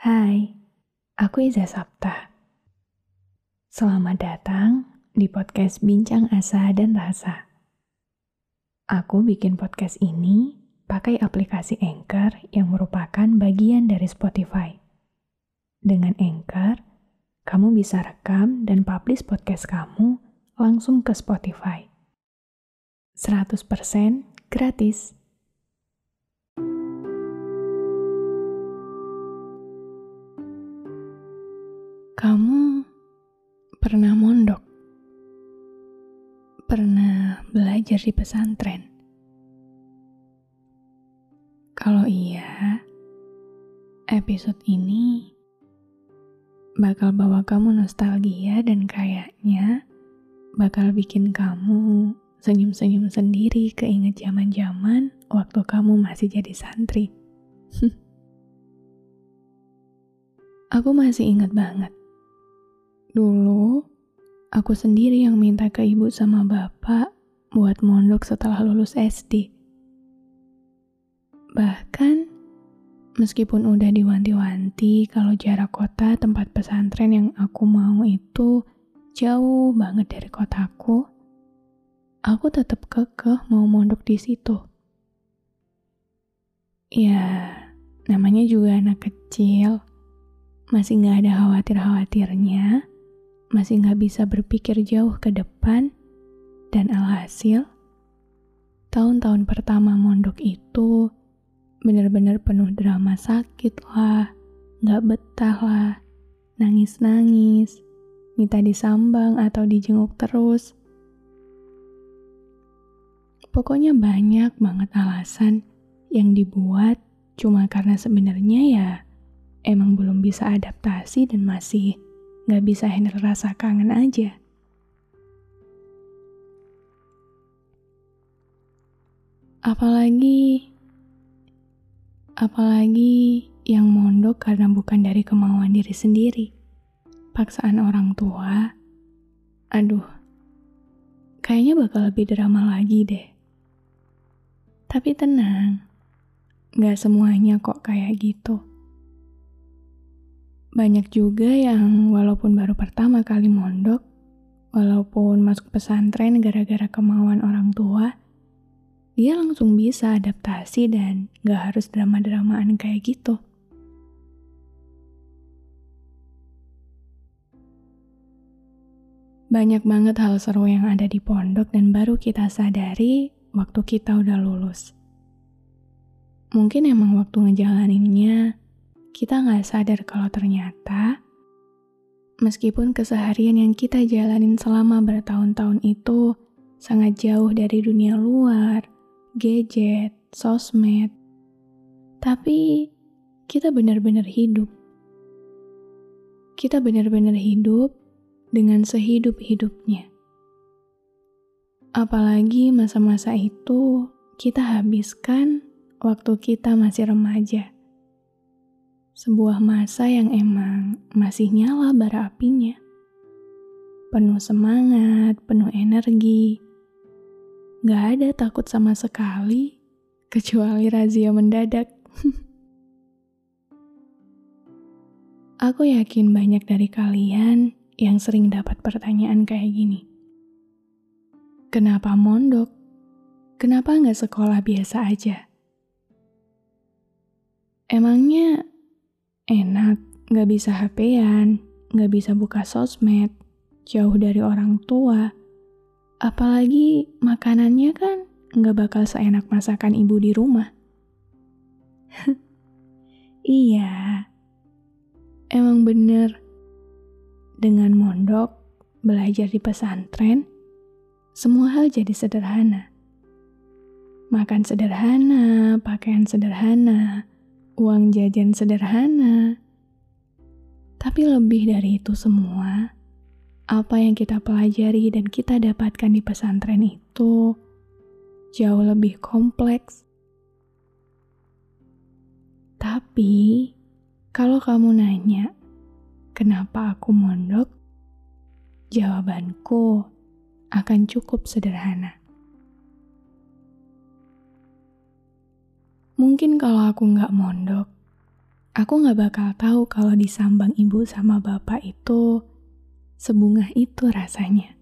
Hai, aku Iza Sapta. Selamat datang di podcast Bincang Asa dan Rasa. Aku bikin podcast ini pakai aplikasi Anchor yang merupakan bagian dari Spotify. Dengan Anchor, kamu bisa rekam dan publish podcast kamu langsung ke Spotify. 100% gratis. Kamu pernah mondok? Pernah belajar di pesantren? Kalau iya, episode ini bakal bawa kamu nostalgia dan kayaknya bakal bikin kamu senyum-senyum sendiri keinget zaman-zaman waktu kamu masih jadi santri. Aku masih ingat banget. Dulu, aku sendiri yang minta ke ibu sama bapak buat mondok setelah lulus SD. Bahkan, meskipun udah diwanti-wanti kalau jarak kota tempat pesantren yang aku mau itu jauh banget dari kotaku, aku tetap kekeh mau mondok di situ. Ya, namanya juga anak kecil, masih gak ada khawatir-khawatirnya, masih gak bisa berpikir jauh ke depan, dan alhasil, tahun-tahun pertama mondok itu bener-bener penuh drama sakit lah, gak betah lah, nangis-nangis, minta disambang atau dijenguk terus. Pokoknya banyak banget alasan yang dibuat cuma karena sebenarnya ya emang belum bisa adaptasi dan masih gak bisa handle rasa kangen aja. Apalagi yang mondok karena bukan dari kemauan diri sendiri, paksaan orang tua. Aduh, kayaknya bakal lebih drama lagi deh. Tapi tenang, gak semuanya kok kayak gitu. Banyak juga yang walaupun baru pertama kali mondok, walaupun masuk pesantren gara-gara kemauan orang tua, dia langsung bisa adaptasi dan gak harus drama-dramaan kayak gitu. Banyak banget hal seru yang ada di pondok dan baru kita sadari waktu kita udah lulus. Mungkin emang waktu ngejalaninnya, kita gak sadar kalau ternyata meskipun keseharian yang kita jalanin selama bertahun-tahun itu sangat jauh dari dunia luar, gadget, sosmed, tapi kita benar-benar hidup. Kita benar-benar hidup dengan sehidup-hidupnya. Apalagi masa-masa itu kita habiskan waktu kita masih remaja. Sebuah masa yang emang masih nyala bara apinya. Penuh semangat, penuh energi. Gak ada takut sama sekali, kecuali razia mendadak. Aku yakin banyak dari kalian yang sering dapat pertanyaan kayak gini. Kenapa mondok? Kenapa gak sekolah biasa aja? Emangnya enak, gak bisa HP-an, gak bisa buka sosmed, jauh dari orang tua. Apalagi makanannya kan gak bakal seenak masakan ibu di rumah. Iya, emang bener. Dengan mondok, belajar di pesantren, semua hal jadi sederhana. Makan sederhana, pakaian sederhana, uang jajan sederhana. Tapi lebih dari itu semua, apa yang kita pelajari dan kita dapatkan di pesantren itu jauh lebih kompleks. Tapi, kalau kamu nanya, kenapa aku mondok? Jawabanku akan cukup sederhana. Mungkin kalau aku nggak mondok, Aku gak bakal tahu kalau disambang ibu sama bapak itu sebungah itu rasanya.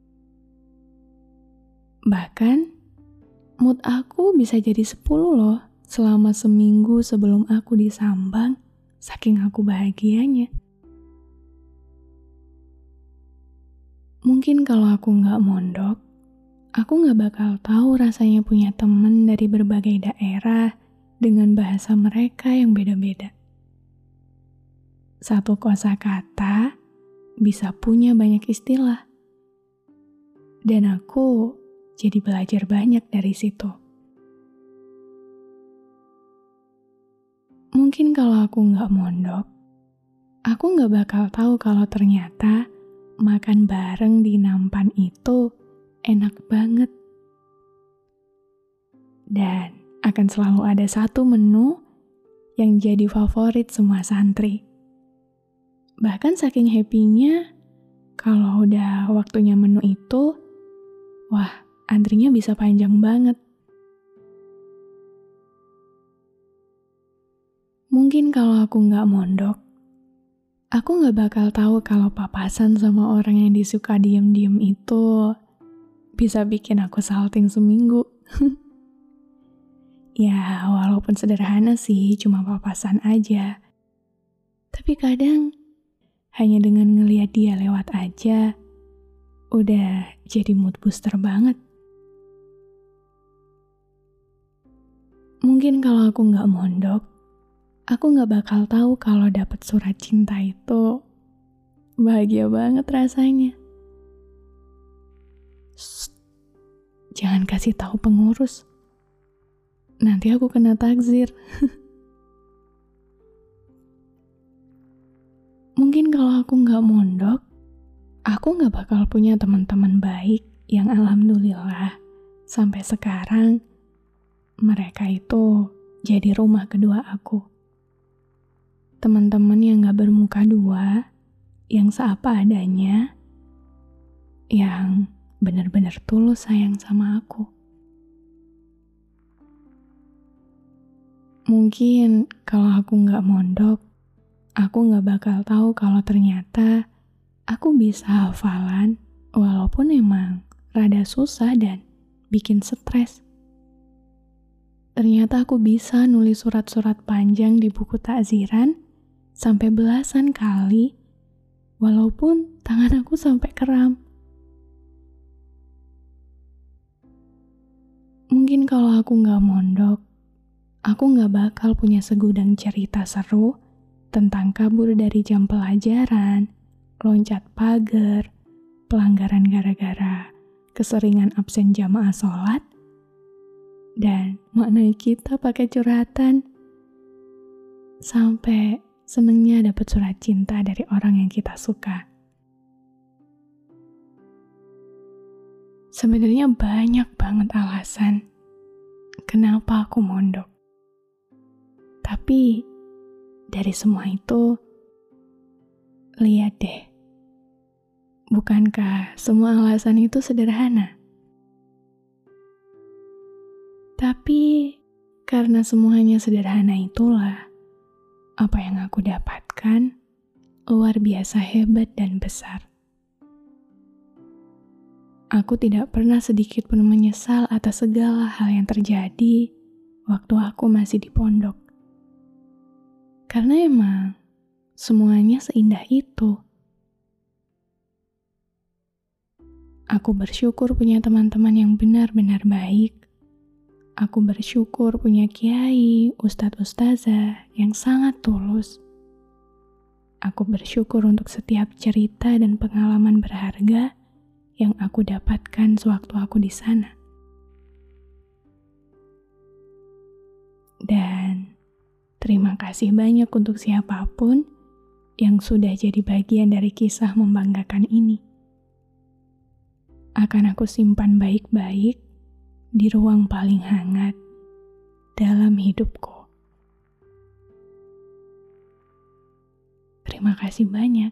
Bahkan, mood aku bisa jadi 10 loh selama seminggu sebelum aku disambang, saking aku bahagianya. Mungkin kalau aku gak mondok, aku gak bakal tahu rasanya punya temen dari berbagai daerah dengan bahasa mereka yang beda-beda. Satu kosakata bisa punya banyak istilah. Dan aku jadi belajar banyak dari situ. Mungkin kalau aku gak mondok, aku gak bakal tahu kalau ternyata makan bareng di nampan itu enak banget. Dan akan selalu ada satu menu yang jadi favorit semua santri. Bahkan saking happy-nya, kalau udah waktunya menu itu, wah, antrinya bisa panjang banget. Mungkin kalau aku nggak mondok, aku nggak bakal tahu kalau papasan sama orang yang disuka diem-diem itu bisa bikin aku salting seminggu. Ya, walaupun sederhana sih, cuma papasan aja. Tapi kadang, hanya dengan ngeliat dia lewat aja, udah jadi mood booster banget. Mungkin kalau aku nggak mondok, aku nggak bakal tahu kalau dapet surat cinta itu bahagia banget rasanya. Shh, jangan kasih tahu pengurus. Nanti aku kena takzir. Mungkin kalau aku nggak mondok, aku nggak bakal punya teman-teman baik yang alhamdulillah sampai sekarang mereka itu jadi rumah kedua aku. Teman-teman yang nggak bermuka dua, yang seapa adanya, yang benar-benar tulus sayang sama aku. Mungkin kalau aku nggak mondok, aku nggak bakal tahu kalau ternyata aku bisa hafalan walaupun emang rada susah dan bikin stres. Ternyata aku bisa nulis surat-surat panjang di buku takziran sampai belasan kali walaupun tangan aku sampai kram. Mungkin kalau aku nggak mondok, aku nggak bakal punya segudang cerita seru tentang kabur dari jam pelajaran, loncat pagar, pelanggaran gara-gara keseringan absen jamaah sholat, dan maknai kita pakai curhatan, sampai senengnya dapat surat cinta dari orang yang kita suka. Sebenarnya banyak banget alasan kenapa aku mondok. Tapi dari semua itu, lihat deh, bukankah semua alasan itu sederhana? Tapi karena semuanya sederhana itulah, apa yang aku dapatkan luar biasa hebat dan besar. Aku tidak pernah sedikit pun menyesal atas segala hal yang terjadi waktu aku masih di pondok. Karena emang semuanya seindah itu. Aku bersyukur punya teman-teman yang benar-benar baik. Aku bersyukur punya kiai, ustadz-ustazah yang sangat tulus. Aku bersyukur untuk setiap cerita dan pengalaman berharga yang aku dapatkan sewaktu aku di sana. Dan terima kasih banyak untuk siapapun yang sudah jadi bagian dari kisah membanggakan ini. Akan aku simpan baik-baik di ruang paling hangat dalam hidupku. Terima kasih banyak.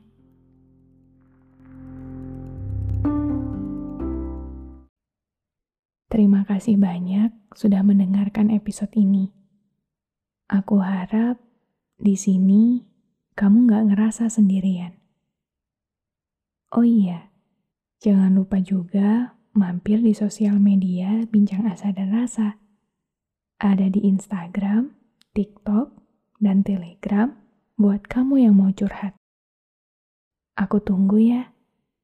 Terima kasih banyak sudah mendengarkan episode ini. Aku harap Di sini, kamu nggak ngerasa sendirian. Oh iya, jangan lupa juga mampir di sosial media Bincang Asa dan Rasa. Ada di Instagram, TikTok, dan Telegram buat kamu yang mau curhat. Aku tunggu ya.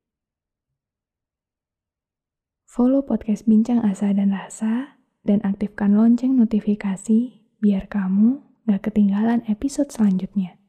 Follow podcast Bincang Asa dan Rasa dan aktifkan lonceng notifikasi biar kamu gak ketinggalan episode selanjutnya.